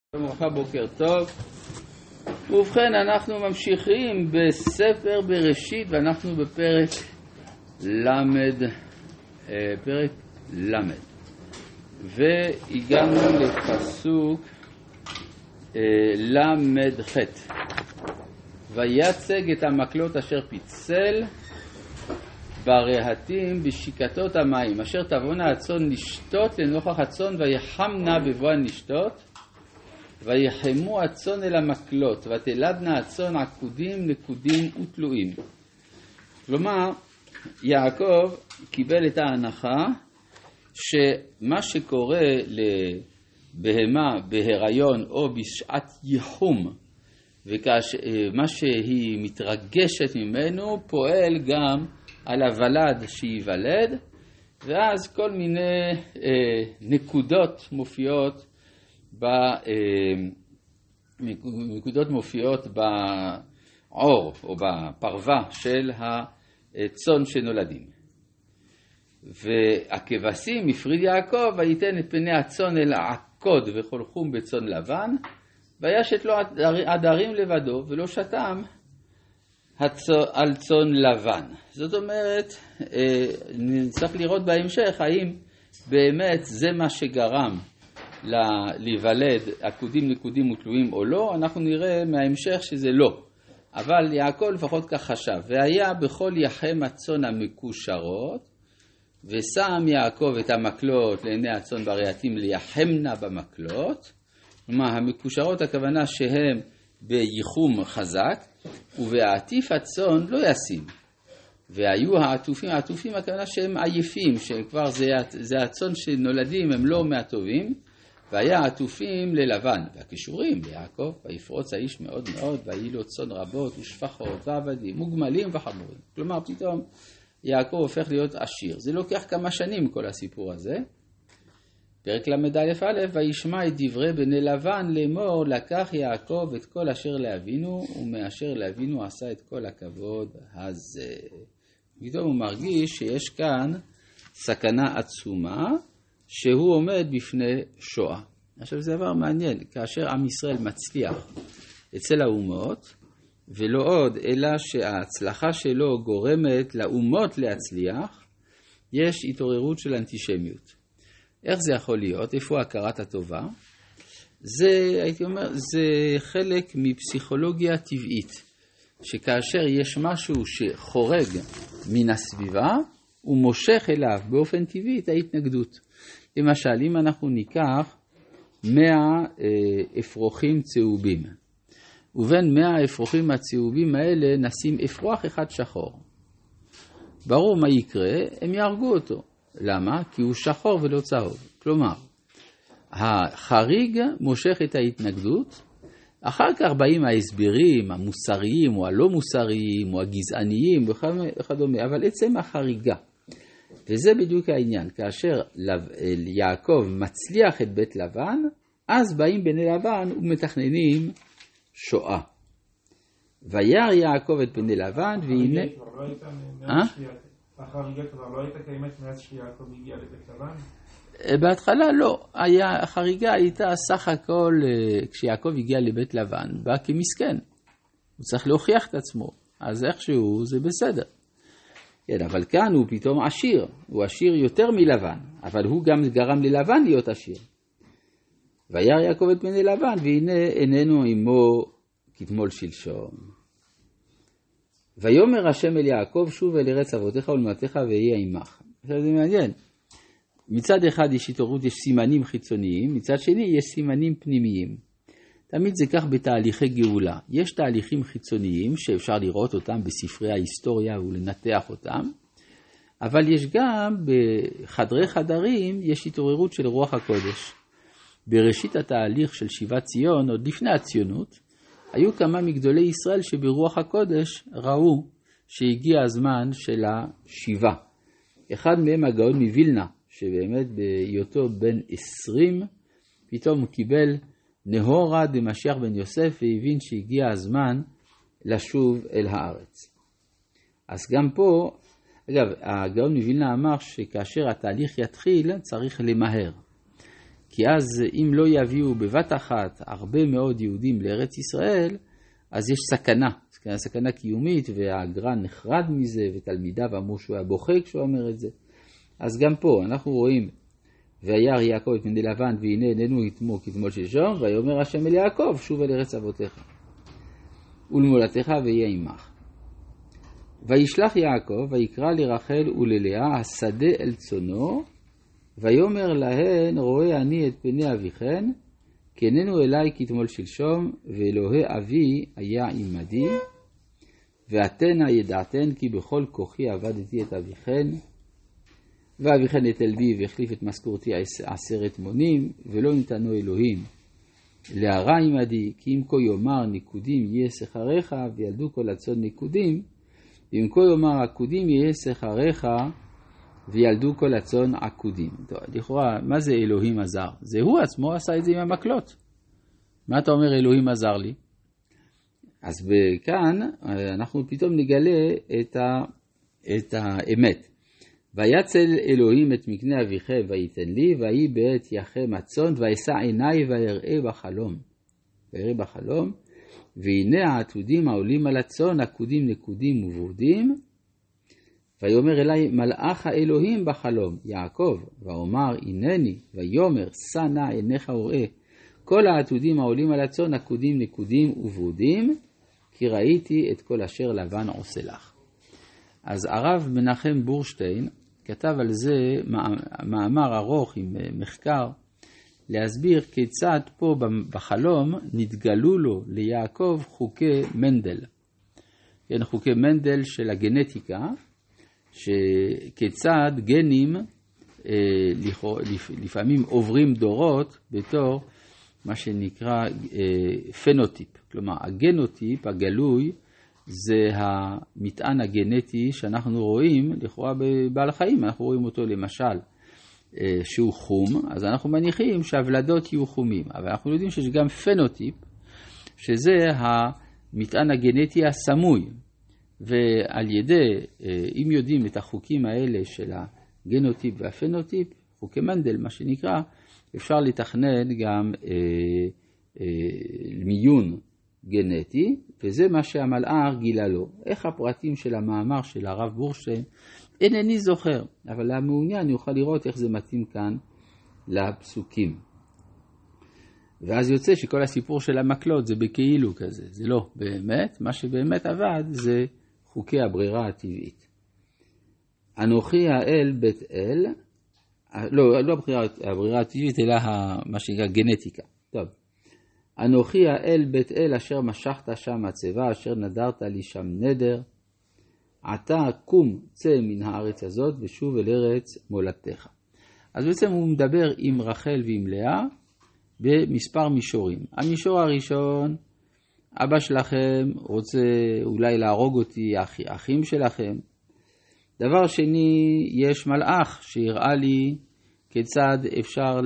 ברכה, בוקר טוב. ובכן, אנחנו ממשיכים בספר בראשית ואנחנו בפרק פרק למד, והגענו לפסוק למד ח'. ויצג את המקלות אשר פיצל ברהטים בשיקתות המים אשר תבואנה הצאן לשתות לנוכח הצאן ויחמנה בבואן לשתות ויחמו הצאן אל המקלות ותלדנה הצאן עקודים נקודים ותלויים. כלומר, יעקב קיבל את ההנחה שמה שקורה לבהמה בהיריון או בשעת ייחום ומה שהיא מתרגשת ממנו פועל גם על הוולד שייוולד, ואז כל מיני נקודות מופיעות בעור או בפרווה של הצאן שנולדים. והכבשים הפריד יעקב ויתן את פני הצאן אל עקוד וכל חום בצאן לבן וישת לו עדרים לבדו ולא שתם על צאן לבן. זאת אומרת, נצטרך לראות בהמשך האם באמת זה מה שגרם להיוולד עקודים נקודים ותלויים או לא. אנחנו נראה מההמשך שזה לא, אבל יעקב לפחות כך חשב. והיה בכל יחם הצאן המקושרות ושם יעקב את המקלות לעיני הצאן ברהטים ליחמנה במקלות. כלומר, המקושרות הכוונה שהם בייחום חזק, ובעטיף הצאן לא ישים. והיו העטופים הכוונה שהם עייפים, שכבר זה הצאן שנולדים, הם לא מהטובים, והיה עטופים ללבן. והקישורים ליעקב, ויפרוץ האיש מאוד מאוד, ויהי לו צאן רבות ושפחות ועבדים, מוגמלים וחמורים. כלומר, פתאום יעקב הופך להיות עשיר. זה לוקח כמה שנים כל הסיפור הזה. פרק למד א' וישמע את דברי בני לבן לאמור לקח יעקב את כל אשר לאבינו ומאשר לאבינו עשה את כל הכבוד הזה. פתאום הוא מרגיש שיש כאן סכנה עצומה שהוא עומד בפני שואה. עכשיו זה דבר מעניין, כאשר עם ישראל מצליח אצל האומות ולא עוד אלא שההצלחה שלו גורמת לאומות להצליח, יש התעוררות של אנטישמיות. איך זה יכול להיות? איפה הכרת הטובה? זה, הייתי אומר, זה חלק מפסיכולוגיה טבעית, שכאשר יש משהו שחורג מן הסביבה, הוא מושך אליו באופן טבעי את ההתנגדות. למשל, אם אנחנו ניקח 100 אפרוחים צהובים, ובין 100 האפרוחים הצהובים האלה נשים אפרוח אחד שחור. ברור מה יקרה, הם יהרגו אותו. למה? כי הוא שחור ולא צהוב. כלומר, החריג מושך את ההתנגדות, אחר כך באים ההסברים המוסריים או הלא מוסריים או הגזעניים וכדומה, אבל עצם החריגה. וזה בדיוק העניין, כאשר יעקב מצליח את בית לבן, אז באים בני לבן ומתכננים שואה. וירא יעקב את בני לבן והנה... החריגה כבר לא הייתה קיימת מאז שיעקב הגיע לבית לבן? בהתחלה לא. החריגה הייתה סך הכל כשיעקב הגיע לבית לבן, בא כמסכן. הוא צריך להוכיח את עצמו. אז איכשהו זה בסדר. כן, אבל כאן הוא פתאום עשיר. הוא עשיר יותר מלבן, אבל הוא גם גרם ללבן להיות עשיר. וירא יעקב את בני לבן והנה איננו עמו כתמול שלשום. ויאמר השם אל יעקב שוב אל ארץ אבותיך ולמולדתך ואהיה עמך. עכשיו זה מעניין. מצד אחד יש התעוררות, יש סימנים חיצוניים, מצד שני יש סימנים פנימיים. תמיד זה כך בתהליכי גאולה. יש תהליכים חיצוניים שאפשר לראות אותם בספרי ההיסטוריה ולנתח אותם, אבל יש גם בחדרי חדרים יש התעוררות של רוח הקודש. בראשית התהליך של שיבת ציון, עוד לפני הציונות, היו כמה מגדולי ישראל שברוח הקודש ראו שהגיע הזמן של השיבה. אחד מהם הגאון מווילנה, שבאמת בהיותו בן 20, פתאום הוא קיבל נהורה דמשיח בן יוסף והבין שהגיע הזמן לשוב אל הארץ. אז גם פה, אגב, הגאון מווילנה אמר שכאשר התהליך יתחיל צריך למהר. כי אז אם לא יביאו בבת אחת הרבה מאוד יהודים לארץ ישראל, אז יש סכנה קיומית, והגר"א נחרד מזה, ותלמידיו אמרו שהוא היה בוכה כשהוא אומר את זה. אז גם פה אנחנו רואים, וירא יעקב את פני לבן, והנה עינינו יתמו כתמול שלשום, ויאמר השם אל יעקב, שוב אל ארץ אבותיך, ולמולדתך ויהיה עמך. וישלח יעקב, ויקרא לרחל וללאה השדה אל צונו, ויאמר להן, רואה אני את פני אביכן, כי איננו אליי כתמול שלשום, ואלוהי אבי היה עמדי, ואתנה ידעתן כי בכל כוחי עבדתי את אביכן, ואביכן נטל בי והחליף את משכורתי 10 מונים, ולא נתנו אלוהים להרע עמדי, כי אם כה יאמר ניקודים יהיה שכריך, וילדו כל הצאן ניקודים, ואם כה יאמר עקודים יהיה שכריך, וילדו כל הצאן עקודים. טוב, לכאורה, מה זה אלוהים עזר? זה הוא עצמו עשה את זה עם המקלות. מה אתה אומר אלוהים עזר לי? אז כאן אנחנו פתאום נגלה את האמת. ויצל אלוהים את מקנה אביכם וייתן לי, ויהי בעת יחם הצאן, וישא עיניי ויראה בחלום. ויראה בחלום, והנה העתודים העולים על הצאן, עקודים נקודים וברודים, ויאמר אליי מלאך האלוהים בחלום, יעקב, ואומר הנני, ויאמר שא נא עיניך וראה, כל העתודים העולים על הצאן, עקודים נקודים וברודים, כי ראיתי את כל אשר לבן עושה לך. אז הרב מנחם בורשטיין כתב על זה מאמר ארוך עם מחקר, להסביר כיצד פה בחלום נתגלו לו ליעקב חוקי מנדל. כן, חוקי מנדל של הגנטיקה, שכיצד גנים לפעמים עוברים דורות בתור מה שנקרא פנוטיפ. כלומר, הגנוטיפ הגלוי זה המטען הגנטי שאנחנו רואים לכאורה בבעל חיים. אנחנו רואים אותו למשל שהוא חום, אז אנחנו מניחים שהוולדות יהיו חומים. אבל אנחנו יודעים שיש גם פנוטיפ, שזה המטען הגנטי הסמוי. ועל ידי, אם יודעים את החוקים האלה של הגנוטיפ והפנוטיפ, חוקי מנדל מה שנקרא, אפשר לתכנן גם מיון גנטי, וזה מה שהמלאך גילה לו. איך הפרטים של המאמר של הרב בורשטיין, אינני זוכר, אבל המעוניין יוכל לראות איך זה מתאים כאן לפסוקים. ואז יוצא שכל הסיפור של המקלות זה בכאילו כזה, זה לא באמת, מה שבאמת עבד זה חוקי הברירה הטבעית. אנוכי האל בית אל, לא הברירה הטבעית, אלא מה שנקרא גנטיקה. טוב. אנוכי האל בית אל אשר משכת שם הצבא, אשר נדרת לי שם נדר, עתה קום צא מן הארץ הזאת ושוב אל ארץ מולדתך. אז בעצם הוא מדבר עם רחל ועם לאה במספר מישורים. המישור הראשון, אבא שלכם רוצה אולי להרוג אותי, האחים שלכם. דבר שני, יש מלאך שיראה לי כיצד אפשר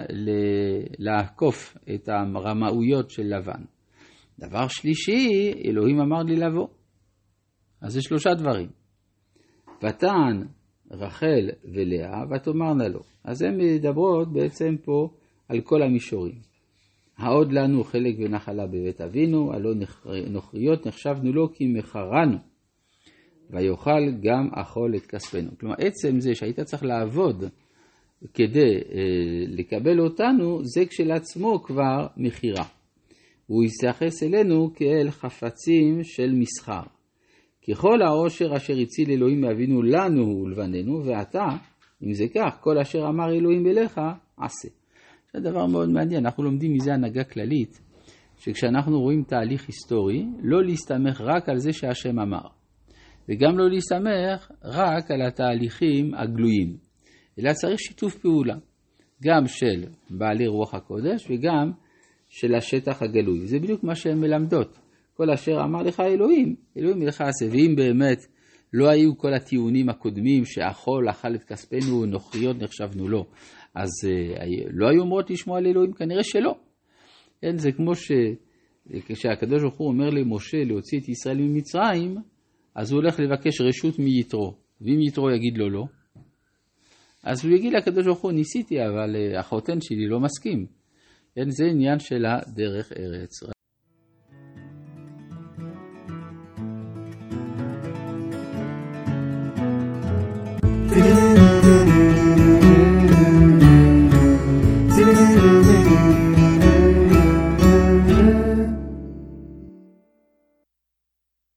לעקוף את הרמאויות של לבן. דבר שלישי, אלוהים אמר לי לבוא. אז זה 3 דברים. ותען רחל ולאה ותאמרנה לו. אז הן מדברות בעצם פה על כל המישורים. העוד לנו חלק ונחלה בבית אבינו, הלא נוכריות נחשבנו לו כי מחרנו. ויאכל גם אכול את כספנו. כלומר, עצם זה שהיית צריך לעבוד כדי לקבל אותנו, זה כשלעצמו כבר מחירה. הוא יתייחס אלינו כאל חפצים של מסחר. ככל העושר אשר הציל אלוהים מאבינו לנו ולבננו, ואתה, אם זה כך, כל אשר אמר אלוהים אליך, עשה. זה דבר מאוד מעניין, אנחנו לומדים מזה הנהגה כללית, שכשאנחנו רואים תהליך היסטורי, לא להסתמך רק על זה שהשם אמר, וגם לא להסתמך רק על התהליכים הגלויים, אלא צריך שיתוף פעולה, גם של בעלי רוח הקודש וגם של השטח הגלוי. זה בדיוק מה שהן מלמדות. כל אשר אמר לך אלוהים, אלוהים לך עשה. ואם באמת לא היו כל הטיעונים הקודמים שהחול אכל את כספנו, נוכריות נחשבנו לו, אז לא היו אומרות לשמוע על אלוהים? כנראה שלא. כן, זה כמו כשהקדוש ברוך הוא אומר למשה להוציא את ישראל ממצרים, אז הוא הולך לבקש רשות מיתרו. ואם יתרו יגיד לו לא, אז הוא יגיד לקדוש ברוך הוא, ניסיתי, אבל החותן שלי לא מסכים. כן, זה עניין של הדרך ארץ.